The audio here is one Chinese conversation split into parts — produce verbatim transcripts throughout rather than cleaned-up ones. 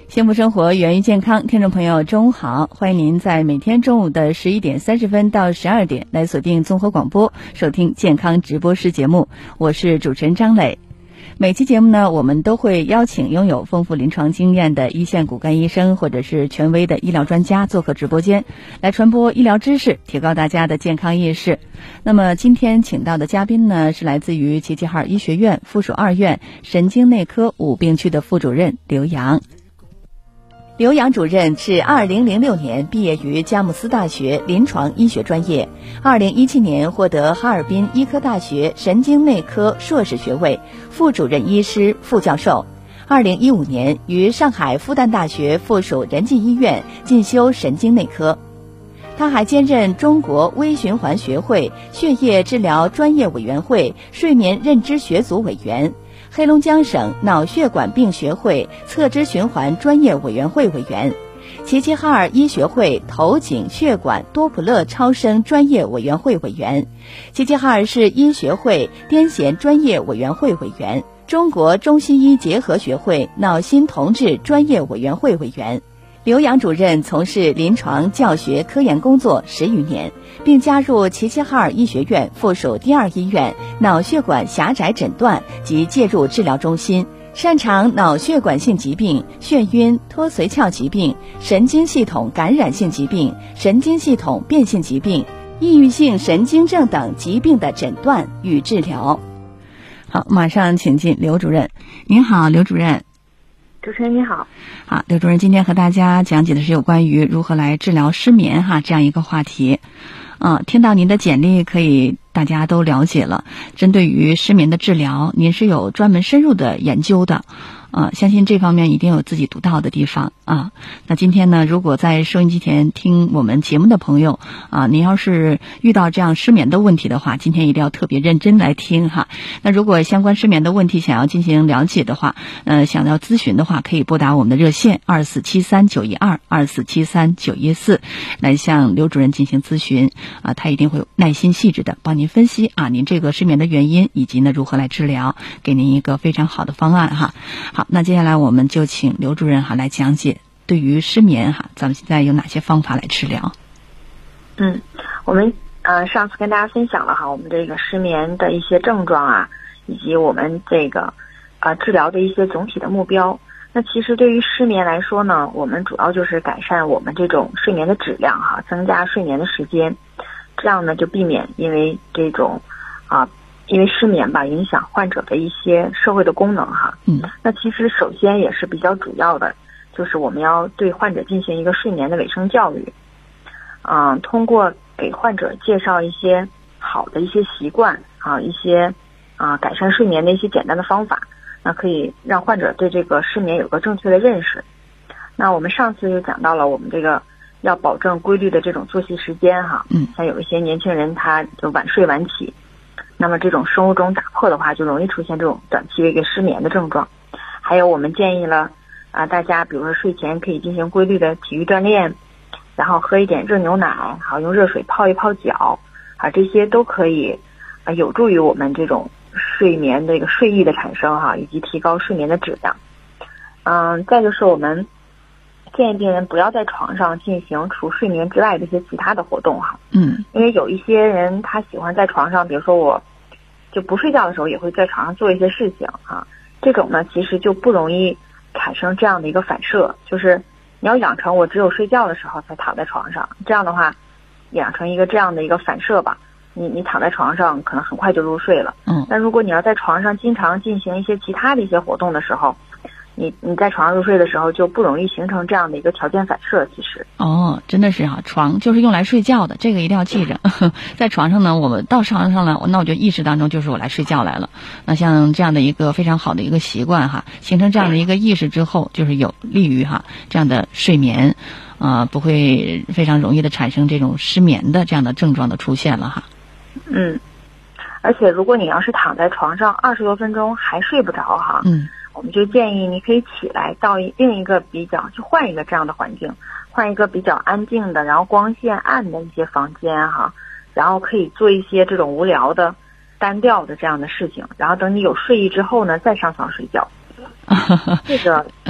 幸福生活源于健康，听众朋友中午好，欢迎您在每天中午的十一点三十分到十二点来锁定综合广播，收听健康直播室节目，我是主持人张磊。每期节目呢，我们都会邀请拥有丰富临床经验的一线骨干医生或者是权威的医疗专家做客直播间，来传播医疗知识，提高大家的健康意识。那么今天请到的嘉宾呢，是来自于齐齐哈尔医学院附属二院神经内科五病区的副主任刘洋。刘洋主任是二零零六年毕业于佳木斯大学临床医学专业，二零一七年获得哈尔滨医科大学神经内科硕士学位，副主任医师、副教授。二零一五年于上海复旦大学附属仁济医院进修神经内科。他还兼任中国微循环学会血液治疗专业委员会睡眠认知学组委员，黑龙江省脑血管病学会侧支循环专业委员会委员，齐齐哈尔医学会头颈血管多普勒超声专业委员会委员，齐齐哈尔市医学会癫痫专业委员会委员，中国中西医结合学会脑心同治专业委员会委员。刘洋主任从事临床教学科研工作十余年，并加入齐齐哈尔医学院附属第二医院脑血管狭窄诊断及介入治疗中心，擅长脑血管性疾病、眩晕、脱髓鞘疾病、神经系统感染性疾病、神经系统变性疾病、抑郁性神经症等疾病的诊断与治疗。好，马上请进刘主任。您好，刘主任。 主持人你好。 好，刘主任今天和大家讲解的是有关于如何来治疗失眠哈这样一个话题。啊，听到您的简历可以大家都了解了，针对于失眠的治疗，您是有专门深入的研究的。啊，相信这方面一定有自己独到的地方啊。那今天呢，如果在收音机前听我们节目的朋友啊，您要是遇到这样失眠的问题的话，今天一定要特别认真来听哈。那如果相关失眠的问题想要进行了解的话，呃，想要咨询的话，可以拨打我们的热线二四七三九一二二四七三九一四来向刘主任进行咨询啊，他一定会耐心细致的帮您分析啊，您这个失眠的原因以及呢如何来治疗，给您一个非常好的方案哈。好，那接下来我们就请刘主任哈来讲解对于失眠哈，咱们现在有哪些方法来治疗？ 嗯，我们呃上次跟大家分享了哈，我们这个失眠的一些症状啊，以及我们这个呃治疗的一些总体的目标。那其实对于失眠来说呢，我们主要就是改善我们这种睡眠的质量哈，增加睡眠的时间，这样呢就避免因为这种啊。呃因为失眠吧，影响患者的一些社会的功能哈。 嗯， 那其实首先也是比较主要的，就是我们要对患者进行一个睡眠的卫生教育。嗯、呃，通过给患者介绍一些好的一些习惯啊，一些啊改善睡眠的一些简单的方法，那可以让患者对这个失眠有个正确的认识。那我们上次就讲到了，我们这个要保证规律的这种作息时间哈。 嗯， 像有一些年轻人他就晚睡晚起。那么这种生物钟打破的话，就容易出现这种短期的一个失眠的症状。还有我们建议了啊，大家比如说睡前可以进行规律的体育锻炼，然后喝一点热牛奶，好用热水泡一泡脚啊，这些都可以啊有助于我们这种睡眠的一个睡意的产生哈，以及提高睡眠的质量。嗯，再就是我们建议病人不要在床上进行除睡眠之外的一些其他的活动哈。 嗯， 因为有一些人他喜欢在床上，比如说我就不睡觉的时候也会在床上做一些事情啊，这种呢其实就不容易产生这样的一个反射，就是你要养成我只有睡觉的时候才躺在床上，这样的话养成一个这样的一个反射吧，你你躺在床上可能很快就入睡了。 嗯， 但如果你要在床上经常进行一些其他的一些活动的时候，你你在床上入睡的时候就不容易形成这样的一个条件反射。其实哦，真的是哈、啊，床就是用来睡觉的，这个一定要记着。在床上呢，我们到床上了，那我就意识当中就是我来睡觉来了。那像这样的一个非常好的一个习惯哈，形成这样的一个意识之后，就是有利于哈这样的睡眠，啊、呃，不会非常容易的产生这种失眠的这样的症状的出现了哈。 嗯，而且如果你要是躺在床上二十多分钟还睡不着哈， 嗯。 我们就建议你可以起来到另一个比较，就换一个这样的环境，换一个比较安静的，然后光线暗的一些房间哈，然后可以做一些这种无聊的、单调的这样的事情，然后等你有睡意之后呢，再上床睡觉。这个嗯，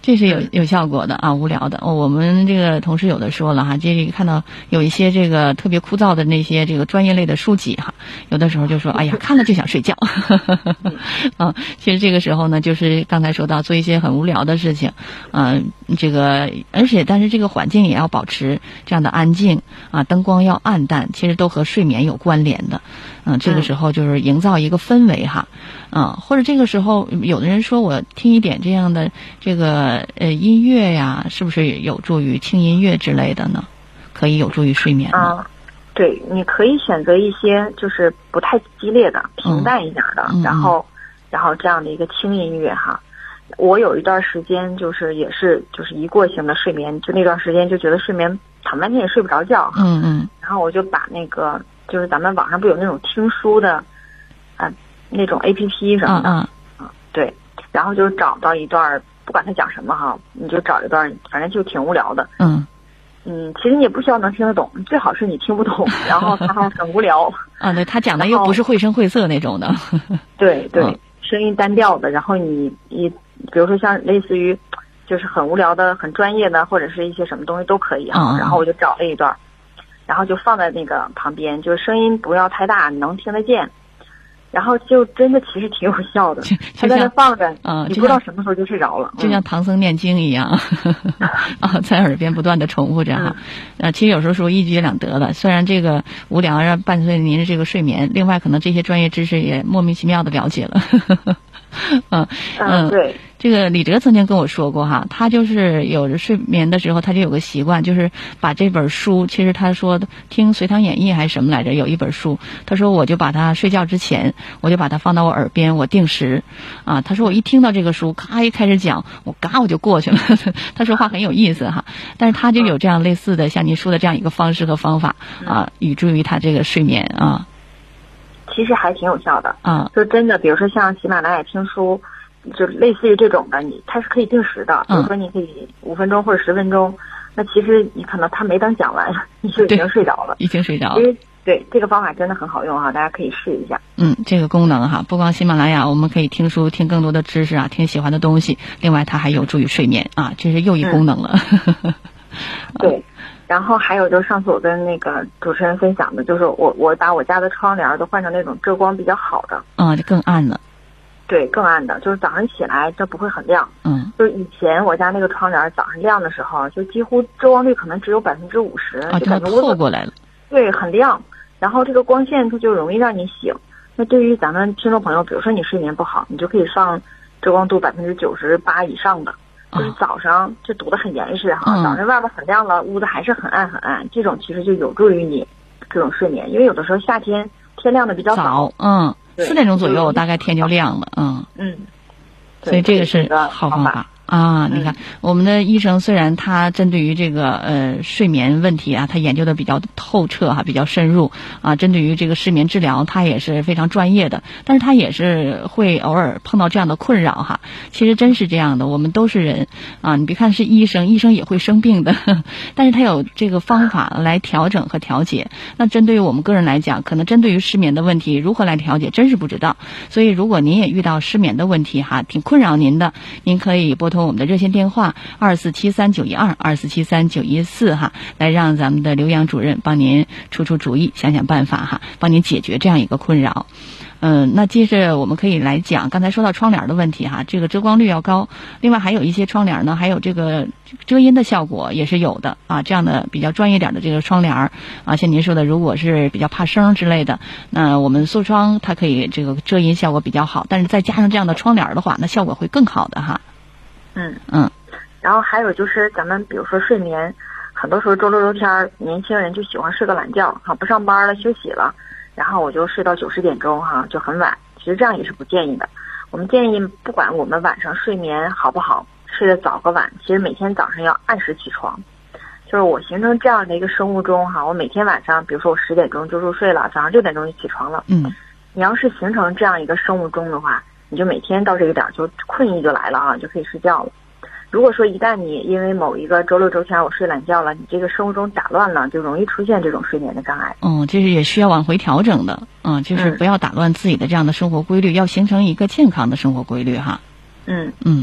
这是有有效果的啊，无聊的。哦，我们这个同事有的说了哈，这个看到有一些这个特别枯燥的那些这个专业类的书籍哈，有的时候就说，哎呀，看了就想睡觉。啊，其实这个时候呢，就是刚才说到做一些很无聊的事情，嗯、呃，这个而且但是这个环境也要保持这样的安静啊，灯光要暗淡，其实都和睡眠有关联的。嗯、呃，这个时候就是营造一个氛围哈，啊，或者这个时候有的人说我听一点这样的这个呃音乐呀，是不是有助于轻音乐之类的呢？可以有助于睡眠吗？ 啊，对，你可以选择一些就是不太激烈的、平淡一点的， 嗯、 然后然后这样的一个轻音乐哈。我有一段时间就是也是就是一过性的睡眠，就那段时间就觉得睡眠躺半天也睡不着觉， 嗯嗯， 然后我就把那个就是咱们网上不有那种听书的啊那种 A P P 什么的， 嗯嗯，对，然后就找到一段，不管他讲什么哈，你就找一段，反正就挺无聊的， 嗯嗯，其实你也不需要能听得懂，最好是你听不懂，然后他还很无聊。 啊，对，他讲的又不是绘声绘色那种的。 对对、 嗯， 声音单调的，然后你你比如说像类似于就是很无聊的、很专业的，或者是一些什么东西都可以啊。 嗯、 然后我就找了一段，然后就放在那个旁边，就是声音不要太大，你能听得见。然后就真的其实挺有效的，他在那放着， 嗯， 你不知道什么时候就睡着了， 就像唐僧念经一样，啊，在耳边不断的重复着哈。呃、嗯，其实有时候说一举两得的，虽然这个无聊让伴随您的这个睡眠，另外可能这些专业知识也莫名其妙的了解了。嗯嗯，对。 这个李哲曾经跟我说过哈，他就是有着睡眠的时候，他就有个习惯，就是把这本书，其实他说听《隋唐演义》还是什么来着，有一本书，他说我就把它睡觉之前，我就把它放到我耳边，我定时，啊，他说我一听到这个书，咔一开始讲，我嘎我就过去了。他说话很有意思哈，但是他就有这样类似的像您说的这样一个方式和方法啊，以助于他这个睡眠啊。 其实还挺有效的啊， 就真的，比如说像喜马拉雅听书。就类似于这种的，你它是可以定时的，比如说你可以五分钟或者十分钟，嗯、那其实你可能他没等讲完，你就已经睡着了， 已经睡着了。 其实对这个方法真的很好用哈，大家可以试一下。 嗯，这个功能哈，不光喜马拉雅，我们可以听书，听更多的知识啊，听喜欢的东西。另外，它还有助于睡眠啊，这是又一功能了。 嗯、对。然后还有就是上次我跟那个主持人分享的，就是我我把我家的窗帘都换成那种遮光比较好的， 啊，就更暗了。 对，更暗的，就是早上起来这不会很亮。 嗯， 就是以前我家那个窗帘早上亮的时候，就几乎遮光率可能只有百分之五十， 啊，就透过来了。 对，很亮，然后这个光线它就容易让你醒。那对于咱们听众朋友，比如说你睡眠不好，你就可以放遮光度百分之九十八以上的，就是早上就堵得很严实哈， 嗯、 早上外边很亮了，屋子还是很暗很暗，这种其实就有助于你这种睡眠，因为有的时候夏天天亮的比较早，嗯。四点钟左右，大概天就亮了，嗯嗯， 所以这个是好方法啊。你看，我们的医生虽然他针对于这个呃睡眠问题啊，他研究的比较透彻哈，比较深入啊，针对于这个失眠治疗，他也是非常专业的，但是他也是会偶尔碰到这样的困扰哈。其实真是这样的，我们都是人啊，你别看是医生，医生也会生病的，但是他有这个方法来调整和调节。那针对于我们个人来讲，可能针对于失眠的问题如何来调节，真是不知道。所以如果您也遇到失眠的问题哈，挺困扰您的，您可以拨通我们的热线电话二四七三九一二二四七三九一四哈，来让咱们的刘洋主任帮您出出主意，想想办法哈，帮您解决这样一个困扰。嗯，那接着我们可以来讲，刚才说到窗帘的问题哈，这个遮光率要高，另外还有一些窗帘呢，还有这个遮阴的效果也是有的啊。这样的比较专业点的这个窗帘啊，像您说的，如果是比较怕声之类的，那我们塑窗它可以这个遮阴效果比较好，但是再加上这样的窗帘的话，那效果会更好的哈。 嗯嗯， 然后还有就是咱们比如说睡眠，很多时候周六周天年轻人就喜欢睡个懒觉哈，不上班了休息了。然后我就睡到九十点钟哈，就很晚。其实这样也是不建议的。我们建议，不管我们晚上睡眠好不好，睡得早和晚，其实每天早上要按时起床。就是我形成这样的一个生物钟哈，我每天晚上，比如说我十点钟就入睡了，早上六点钟就起床了。 嗯， 你要是形成这样一个生物钟的话，你就每天到这个点就困意就来了啊，就可以睡觉了。如果说一旦你因为某一个周六周天我睡懒觉了，你这个生物钟打乱了，就容易出现这种睡眠的障碍。 嗯，这是也需要往回调整的。嗯，就是不要打乱自己的这样的生活规律，嗯、要形成一个健康的生活规律哈。 嗯嗯。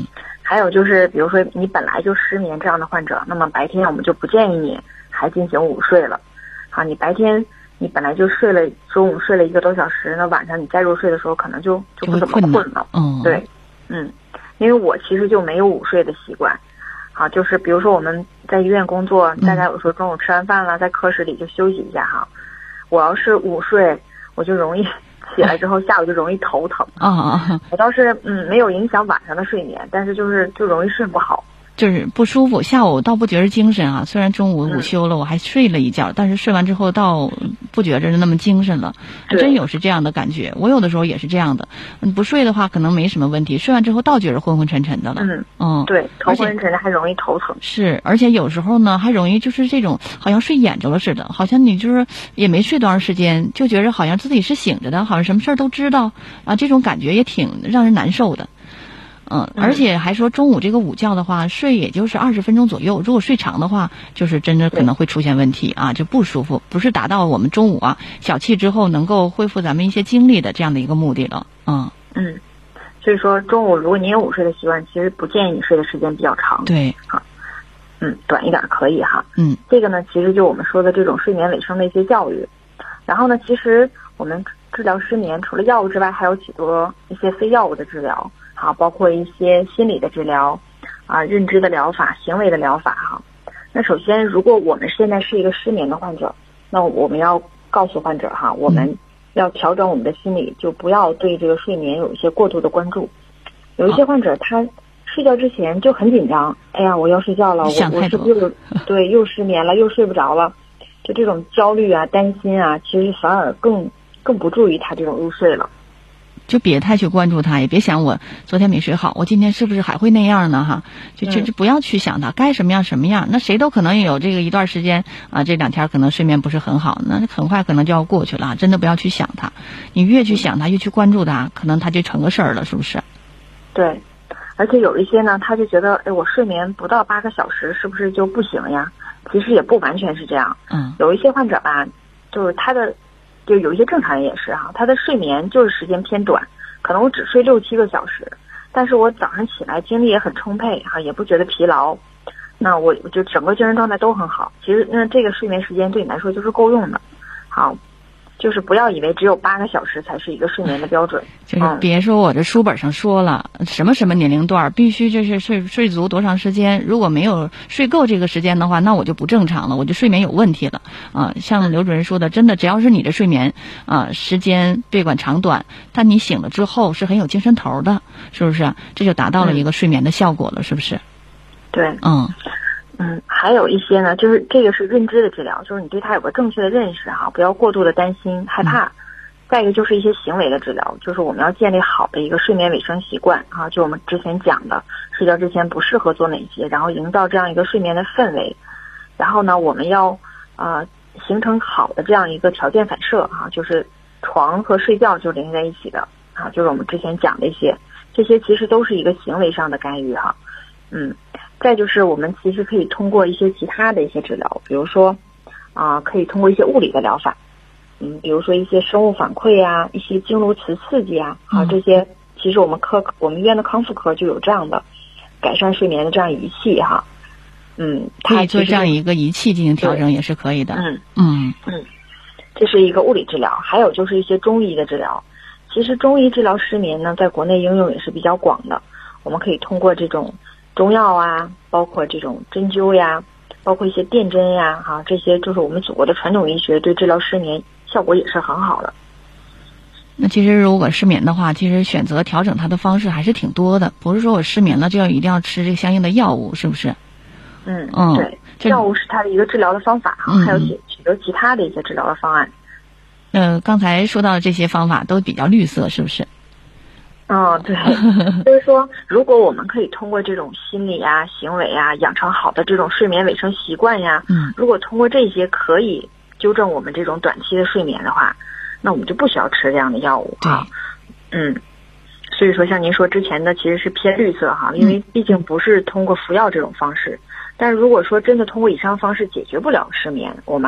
还有就是，比如说你本来就失眠这样的患者，那么白天我们就不建议你还进行午睡了。好，你白天你本来就睡了，中午睡了一个多小时，那晚上你再入睡的时候，可能就就不怎么困了。 嗯， 对，嗯，因为我其实就没有午睡的习惯。好，就是比如说我们在医院工作，大家有时候中午吃完饭了，在科室里就休息一下哈。我要是午睡，我就容易起来之后下午就容易头疼。 啊啊！ 我倒是嗯没有影响晚上的睡眠，但是就是就容易睡不好。 就是不舒服，下午倒不觉得精神啊。虽然中午午休了，我还睡了一觉，但是睡完之后倒不觉着那么精神了。还真有是这样的感觉，我有的时候也是这样的。嗯，不睡的话可能没什么问题，睡完之后倒觉着昏昏沉沉的了。 嗯嗯， 对，头昏沉沉还容易头疼。 是，而且有时候呢还容易就是这种好像睡眼着了似的，好像你就是也没睡多长时间，就觉着好像自己是醒着的，好像什么事儿都知道啊，这种感觉也挺让人难受的。嗯，而且还说中午这个午觉的话，睡也就是二十分钟左右。如果睡长的话，就是真的可能会出现问题啊，就不舒服，不是达到我们中午啊小憩之后能够恢复咱们一些精力的这样的一个目的了。嗯嗯，所以说中午如果你有午睡的习惯，其实不建议你睡的时间比较长。 对， 好，嗯，短一点可以哈。 嗯， 这个呢，其实就我们说的这种睡眠卫生的一些教育。然后呢，其实我们治疗失眠除了药物之外，还有许多一些非药物的治疗。好，包括一些心理的治疗，啊，认知的疗法，行为的疗法哈。那首先，如果我们现在是一个失眠的患者，那我们要告诉患者哈，我们要调整我们的心理，就不要对这个睡眠有一些过度的关注。有一些患者他睡觉之前就很紧张，哎呀，我要睡觉了，我我是不是又对又失眠了，又睡不着了？就这种焦虑啊、担心啊，其实反而更更不助于他这种入睡了。 就别太去关注他，也别想我昨天没睡好，我今天是不是还会那样呢？哈，就就就不要去想他，该什么样什么样。那谁都可能有这个一段时间啊，这两天可能睡眠不是很好，那很快可能就要过去了。真的不要去想他，你越去想他，越去关注他，可能他就成个事儿了，是不是？ 对，而且有一些呢，他就觉得，哎，我睡眠不到八个小时，是不是就不行呀？其实也不完全是这样。 嗯， 有一些患者吧，就是他的。就有一些正常人也是哈，他的睡眠就是时间偏短，可能我只睡六七个小时，但是我早上起来精力也很充沛哈，也不觉得疲劳，那我我就整个精神状态都很好。其实那这个睡眠时间对你来说就是够用的。好，就是不要以为只有八个小时才是一个睡眠的标准。 就是别说我这书本上说了、嗯、什么什么年龄段必须就是睡睡足多长时间，如果没有睡够这个时间的话，那我就不正常了，我就睡眠有问题了啊。像刘主任说的，真的只要是你的睡眠啊时间别管长短，但你醒了之后是很有精神头的，是不是？这就达到了一个睡眠的效果了，是不是？ 对， 嗯。 嗯，还有一些呢，就是这个是认知的治疗，就是你对他有个正确的认识哈，不要过度的担心害怕。嗯、再一个就是一些行为的治疗，就是我们要建立好的一个睡眠卫生习惯啊，就我们之前讲的，睡觉之前不适合做哪些，然后营造这样一个睡眠的氛围。然后呢，我们要呃形成好的这样一个条件反射哈、啊，就是床和睡觉就连在一起的啊，就是我们之前讲的一些，这些其实都是一个行为上的干预哈、啊，嗯。再就是我们其实可以通过一些其他的一些治疗，比如说啊、呃，可以通过一些物理的疗法，嗯，比如说一些生物反馈啊，一些经颅磁刺激啊，啊这些其实我们科我们医院的康复科就有这样的改善睡眠的这样仪器哈，嗯， 可以做这样一个仪器进行调整也是可以的， 嗯嗯嗯，这是一个物理治疗，还有就是一些中医的治疗。其实中医治疗失眠呢，在国内应用也是比较广的，我们可以通过这种中药啊，包括这种针灸呀，包括一些电针呀，哈，这些就是我们祖国的传统医学对治疗失眠效果也是很好的。 那其实如果失眠的话，其实选择调整它的方式还是挺多的，不是说我失眠了就要一定要吃这个相应的药物，是不是？ 嗯嗯， 对，药物是它的一个治疗的方法哈、嗯，还有许许多其他的一些治疗的方案。 呃，刚才说到的这些方法都比较绿色，是不是？ 哦，对，就是说，如果我们可以通过这种心理啊、行为啊，养成好的这种睡眠卫生习惯呀， 嗯， 如果通过这些可以纠正我们这种短期的睡眠的话，那我们就不需要吃这样的药物哈。嗯，所以说像您说之前的其实是偏绿色哈，因为毕竟不是通过服药这种方式。但是如果说真的通过以上方式解决不了失眠，我们还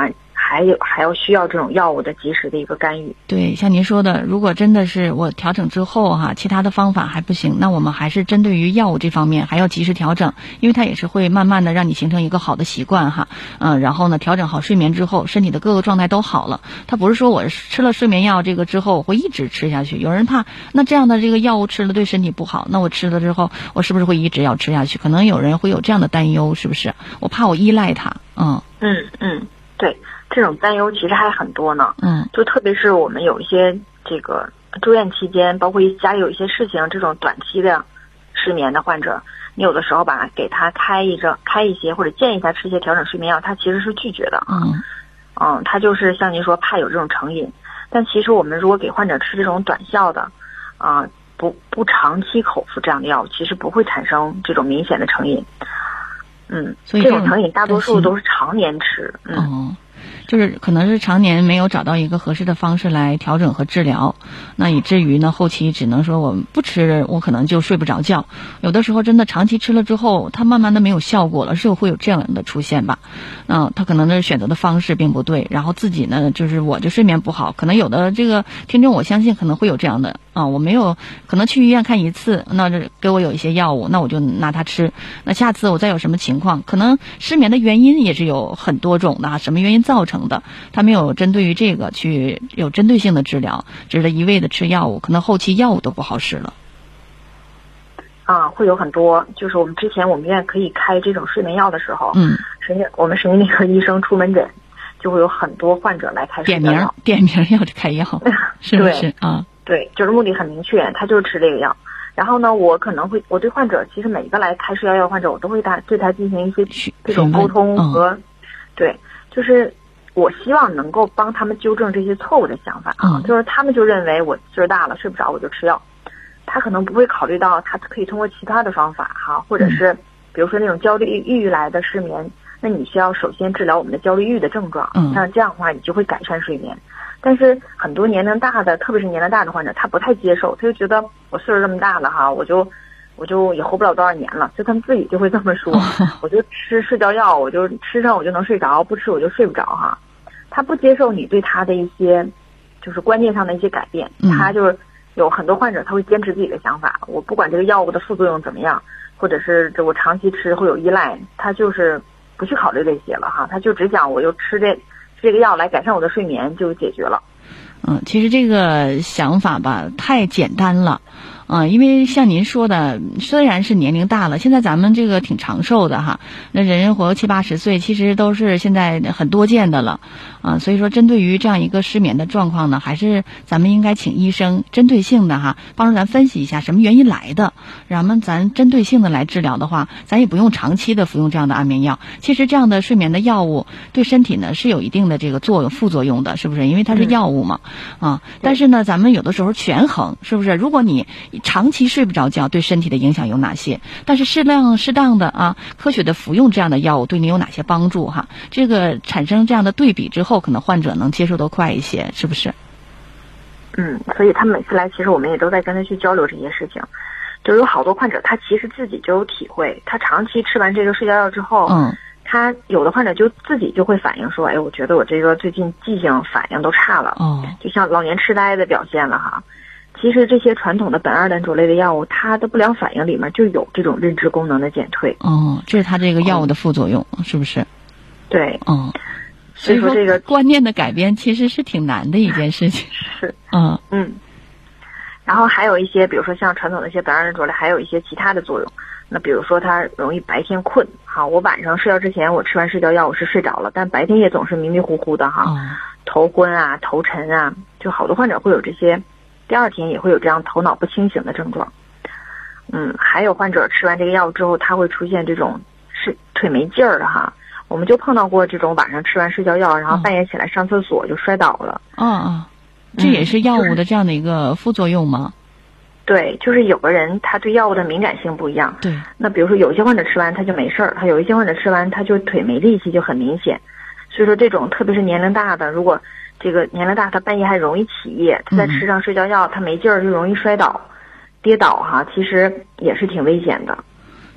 还有还要需要这种药物的及时的一个干预。 对，像您说的，如果真的是我调整之后哈，其他的方法还不行，那我们还是针对于药物这方面还要及时调整，因为它也是会慢慢的让你形成一个好的习惯哈。嗯，然后呢，调整好睡眠之后，身体的各个状态都好了。它不是说我吃了睡眠药这个之后我会一直吃下去，有人怕那这样的这个药物吃了对身体不好，那我吃了之后我是不是会一直要吃下去？可能有人会有这样的担忧，是不是？我怕我依赖它。嗯嗯嗯，对，这种担忧其实还很多呢。 嗯， 就特别是我们有一些这个住院期间，包括家里有一些事情，这种短期的失眠的患者，你有的时候吧给他开一个开一些或者建议他吃一些调整睡眠药，他其实是拒绝的。 嗯嗯，他就是像您说怕有这种成瘾，但其实我们如果给患者吃这种短效的啊、呃、不不长期口服这样的药，其实不会产生这种明显的成瘾。嗯， 所以这种成瘾大多数都是常年吃。嗯。 哦，就是可能是常年没有找到一个合适的方式来调整和治疗，那以至于呢后期只能说我不吃我可能就睡不着觉，有的时候真的长期吃了之后它慢慢的没有效果了，是会有这样的出现吧。那他可能的选择的方式并不对，然后自己呢就是我就睡眠不好，可能有的这个听众我相信可能会有这样的啊，我没有可能去医院看一次，那这给我有一些药物，那我就拿它吃，那下次我再有什么情况，可能失眠的原因也是有很多种的，什么原因造成的，他没有针对于这个去有针对性的治疗，只是一味的吃药物，可能后期药物都不好使了。 啊，会有很多，就是我们之前我们医院可以开这种睡眠药的时候， 嗯， 神经我们神经内科医生出门诊，就会有很多患者来开睡眠药， 点名点名要开药，是不是啊？ 对，就是目的很明确，他就是吃这个药。然后呢，我可能会我对患者，其实每一个来开睡眠药患者，我都会他对他进行一些这种沟通和，嗯、对，就是我希望能够帮他们纠正这些错误的想法啊， 嗯、 就是他们就认为我岁数大了睡不着我就吃药。他可能不会考虑到，他可以通过其他的方法哈，或者是比如说那种焦虑抑郁来的失眠，那你需要首先治疗我们的焦虑抑郁的症状， 嗯， 像这样的话你就会改善睡眠。但是很多年龄大的，特别是年龄大的患者，他不太接受，他就觉得我岁数这么大了哈，我就我就也活不了多少年了，就他们自己就会这么说，我就吃睡觉药，我就吃上我就能睡着，不吃我就睡不着哈。他不接受你对他的一些就是观念上的一些改变，他就是。有很多患者他会坚持自己的想法，我不管这个药物的副作用怎么样，或者是这我长期吃会有依赖，他就是不去考虑这些了哈，他就只想我就吃这吃这个药来改善我的睡眠就解决了。 嗯，其实这个想法吧太简单了。啊、嗯，因为像您说的，虽然是年龄大了，现在咱们这个挺长寿的哈，那人人活七八十岁，其实都是现在很多见的了啊。所以说，针对于这样一个失眠的状况呢，还是咱们应该请医生针对性的哈，帮助咱分析一下什么原因来的，然后咱针对性的来治疗的话，咱也不用长期的服用这样的安眠药。其实这样的睡眠的药物对身体呢是有一定的这个作用副作用的，是不是？因为它是药物嘛，啊，但是呢，咱们有的时候权衡，是不是？如果你长期睡不着觉，对身体的影响有哪些？但是适量适当的啊，科学的服用这样的药物对你有哪些帮助哈？这个产生这样的对比之后，可能患者能接受得快一些，是不是？ 嗯，所以他每次来，其实我们也都在跟他去交流这些事情。就有好多患者，他其实自己就有体会，他长期吃完这个睡觉药之后， 嗯， 他有的患者就自己就会反映说，哎，我觉得我这个最近记性反应都差了， 哦， 就像老年痴呆的表现了哈。其实这些传统的苯二氮卓类的药物，它的不良反应里面就有这种认知功能的减退。 哦，这是它这个药物的副作用，嗯、是不是？ 对。 哦， 所以说这个观念的改变其实是挺难的一件事情。 是。 嗯嗯。然后还有一些，比如说像传统的一些苯二氮卓类，还有一些其他的作用。那比如说它容易白天困，哈，我晚上睡觉之前我吃完睡觉药我是睡着了，但白天也总是迷迷糊糊的哈， 哦、 头昏啊、头沉啊，就好多患者会有这些。第二天也会有这样头脑不清醒的症状，嗯，还有患者吃完这个药之后，他会出现这种是腿没劲儿的哈，我们就碰到过这种晚上吃完睡觉药，然后半夜起来上厕所就摔倒了。 啊啊，这也是药物的这样的一个副作用吗？ 嗯就是、对，就是有个人他对药物的敏感性不一样。 对， 那比如说有些患者吃完他就没事儿，他有一些患者吃完他就腿没力气就很明显，所以说这种特别是年龄大的，如果这个年龄大，他半夜还容易起夜，他再吃上睡觉药，他没劲儿就容易摔倒、跌倒哈，其实也是挺危险的。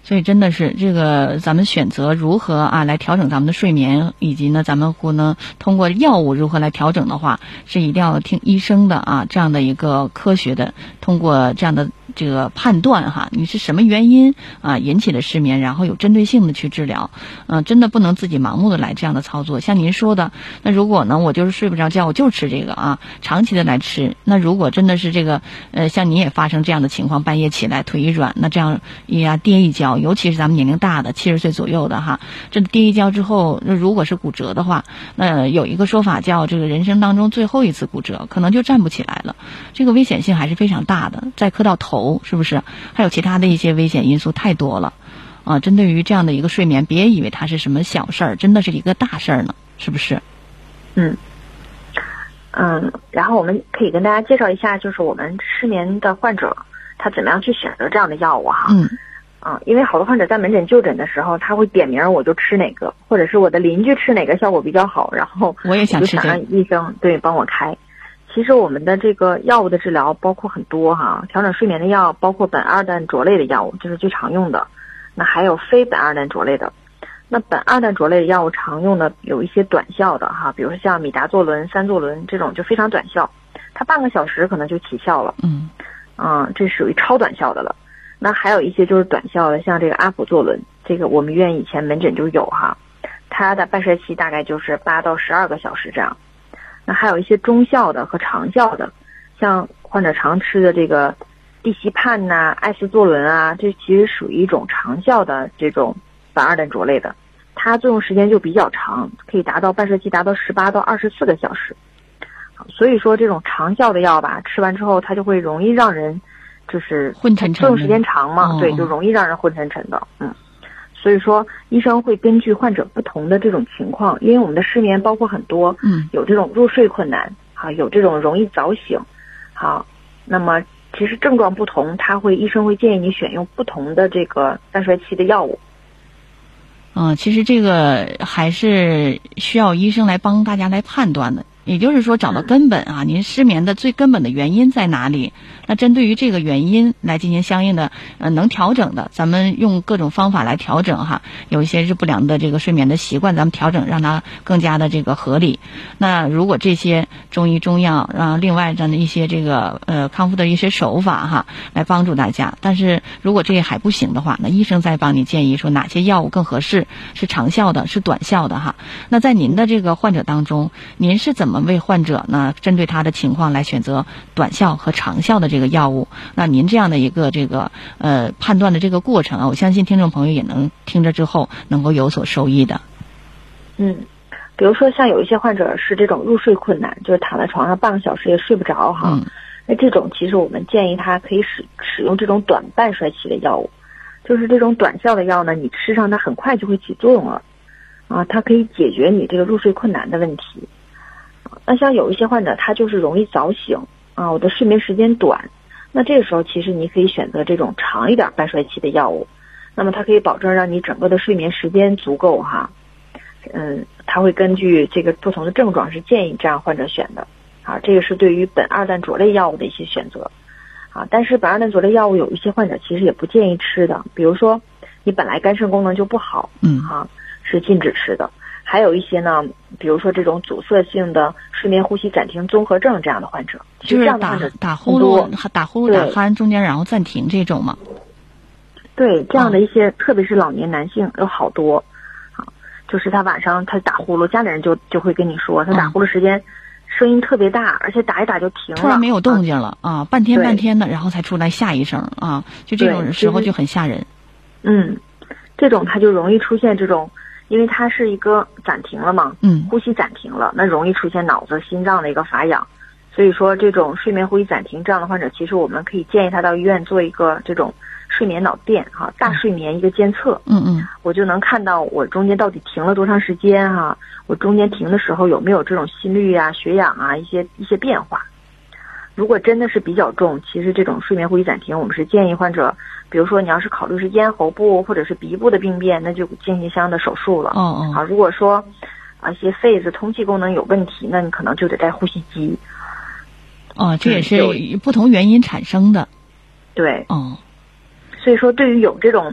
所以真的是这个，咱们选择如何啊来调整咱们的睡眠，以及呢，咱们可能通过药物如何来调整的话，是一定要听医生的啊，这样的一个科学的，通过这样的这个判断哈，你是什么原因啊引起的失眠，然后有针对性的去治疗，嗯、呃，真的不能自己盲目的来这样的操作。像您说的，那如果呢，我就是睡不着觉，我就吃这个啊，长期的来吃，那如果真的是这个，呃，像您也发生这样的情况，半夜起来腿一软，那这样呀跌一跤。尤其是咱们年龄大的七十岁左右的哈，这跌一跤之后，那如果是骨折的话，那有一个说法叫这个人生当中最后一次骨折，可能就站不起来了，这个危险性还是非常大的。再磕到头，是不是？还有其他的一些危险因素太多了啊！针对于这样的一个睡眠，别以为它是什么小事儿，真的是一个大事儿呢，是不是？ 嗯嗯，然后我们可以跟大家介绍一下，就是我们失眠的患者他怎么样去选择这样的药物哈。 嗯。 啊，因为好多患者在门诊就诊的时候，他会点名我就吃哪个，或者是我的邻居吃哪个效果比较好，然后我也想吃这个， 就想让医生对帮我开。其实我们的这个药物的治疗包括很多哈，调整睡眠的药包括苯二氮卓类的药物，这是最常用的。那还有非苯二氮卓类的。那苯二氮卓类的药物常用的有一些短效的哈，比如说像米达唑仑、三唑仑这种就非常短效，它半个小时可能就起效了。 嗯， 嗯，这属于超短效的了。那还有一些就是短效的，像这个阿普唑仑，这个我们医院以前门诊就有哈，它的半衰期大概就是八到十二个小时这样。那还有一些中效的和长效的，像患者常吃的这个地西泮呐、艾司唑仑啊，这其实属于一种长效的这种苯二氮卓类的，它作用时间就比较长，可以达到半衰期达到十八到二十四个小时。所以说这种长效的药吧，吃完之后它就会容易让人就是昏沉沉， 作用时间长嘛， 哦、 对，就容易让人昏沉沉的，嗯。所以说，医生会根据患者不同的这种情况，因为我们的失眠包括很多， 嗯， 有这种入睡困难，好，有这种容易早醒，好，那么其实症状不同，他会医生会建议你选用不同的这个半衰期的药物。 嗯，其实这个还是需要医生来帮大家来判断的。也就是说找到根本啊，您失眠的最根本的原因在哪里？那针对于这个原因来进行相应的呃能调整的，咱们用各种方法来调整哈。有一些是不良的这个睡眠的习惯，咱们调整让它更加的这个合理。那如果这些中医中药，让另外这样的一些这个呃康复的一些手法哈，来帮助大家。但是如果这还不行的话，那医生再帮你建议说哪些药物更合适，是长效的，是短效的哈。那在您的这个患者当中，您是怎么我们为患者呢，针对他的情况来选择短效和长效的这个药物。那您这样的一个这个呃判断的这个过程啊，我相信听众朋友也能听着之后能够有所受益的。 嗯，比如说像有一些患者是这种入睡困难，就是躺在床上半个小时也睡不着哈。嗯、那这种其实我们建议他可以使使用这种短半衰期的药物，就是这种短效的药呢，你吃上它很快就会起作用了啊，它可以解决你这个入睡困难的问题。那像有一些患者他就是容易早醒啊，我的睡眠时间短，那这个时候其实你可以选择这种长一点半衰期的药物，那么它可以保证让你整个的睡眠时间足够哈。嗯，它会根据这个不同的症状是建议这样患者选的啊，这个是对于苯二氮卓类药物的一些选择啊。但是苯二氮卓类药物有一些患者其实也不建议吃的，比如说你本来肝肾功能就不好， 嗯啊，是禁止吃的。还有一些呢，比如说这种阻塞性的睡眠呼吸暂停综合症这样的患者， 就是打打呼噜、打呼噜、打鼾中间然后暂停这种吗？ 对，这样的一些，哦、特别是老年男性有好多，啊，就是他晚上他打呼噜，家里人就就会跟你说，他打呼噜时间声音特别大，而且打一打就停了， 突然没有动静了啊，啊半天半天的，然后才出来下一声啊，就这种时候就很吓人。 嗯，这种他就容易出现这种。因为它是一个暂停了嘛， 嗯， 呼吸暂停了，那容易出现脑子、心脏的一个乏氧，所以说这种睡眠呼吸暂停这样的患者，其实我们可以建议他到医院做一个这种睡眠脑电哈，大睡眠一个监测， 嗯嗯， 我就能看到我中间到底停了多长时间哈，我中间停的时候有没有这种心率啊、血氧啊一些一些变化。如果真的是比较重，其实这种睡眠呼吸暂停，我们是建议患者，比如说你要是考虑是咽喉部或者是鼻部的病变，那就进行相应的手术了。 哦哦。 啊，如果说啊一些肺子通气功能有问题，那你可能就得带呼吸机。 哦，这也是不同原因产生的。 对。 哦。 所以说，对于有这种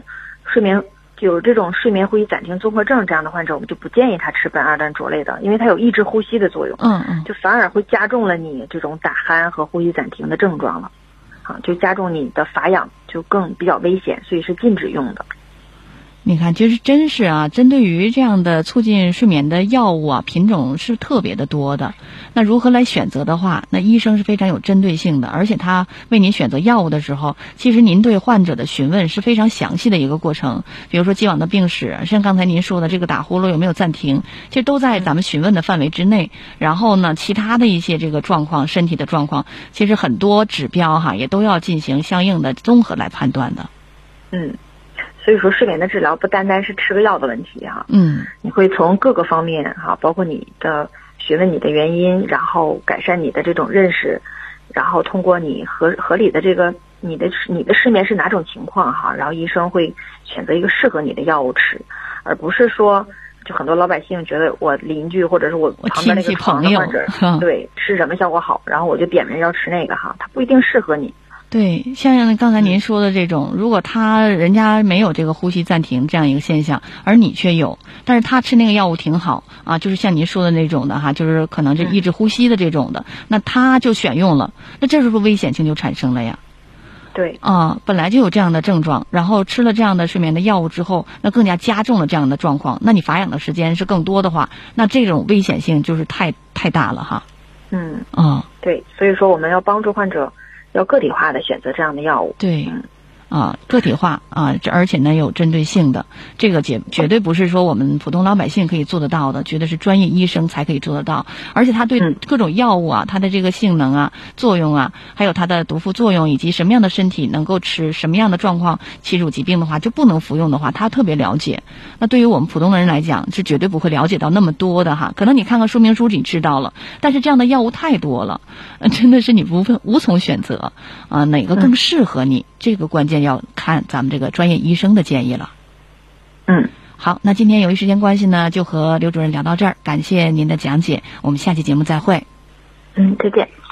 睡眠有这种睡眠呼吸暂停综合症这样的患者，我们就不建议他吃苯二氮卓类的，因为它有抑制呼吸的作用， 嗯嗯， 就反而会加重了你这种打鼾和呼吸暂停的症状了，啊，就加重你的乏氧，就更比较危险，所以是禁止用的。 你看，其实真是啊，针对于这样的促进睡眠的药物啊，品种是特别的多的。那如何来选择的话，那医生是非常有针对性的，而且他为您选择药物的时候，其实您对患者的询问是非常详细的一个过程。比如说既往的病史，像刚才您说的这个打呼噜有没有暂停，其实都在咱们询问的范围之内。然后呢，其他的一些这个状况，身体的状况，其实很多指标哈，也都要进行相应的综合来判断的。 嗯。所以说睡眠的治疗不单单是吃个药的问题哈， 嗯， 你会从各个方面哈，包括你的询问你的原因，然后改善你的这种认识，然后通过你合合理的这个你的你的失眠是哪种情况哈，然后医生会选择一个适合你的药物吃，而不是说就很多老百姓觉得我邻居或者是我旁边那个床的患者对吃什么效果好，然后我就点名要吃那个哈，它不一定适合你。 对，像刚才您说的这种，如果他人家没有这个呼吸暂停这样一个现象，而你却有，但是他吃那个药物挺好啊，就是像您说的那种的哈，就是可能是抑制呼吸的这种的，那他就选用了，那这时候危险性就产生了呀。 对啊，本来就有这样的症状，然后吃了这样的睡眠的药物之后，那更加加重了这样的状况。那你乏氧的时间是更多的话，那这种危险性就是太太大了哈。 嗯， 啊， 对，所以说我们要帮助患者。要个体化的选择这样的药物， 对， 嗯、 啊，个体化啊，这而且呢有针对性的，这个绝绝对不是说我们普通老百姓可以做得到的，绝对是专业医生才可以做得到。而且它对各种药物啊，它的这个性能啊、作用啊，还有它的毒副作用，以及什么样的身体能够吃，什么样的状况侵入疾病的话就不能服用的话，他特别了解。那对于我们普通人来讲，是绝对不会了解到那么多的哈。可能你看看说明书你知道了，但是这样的药物太多了，真的是你无无从选择啊，哪个更适合你？嗯、这个关键要看咱们这个专业医生的建议了。 嗯， 好，那今天由于时间关系呢，就和刘主任聊到这儿，感谢您的讲解，我们下期节目再会。 嗯，再见。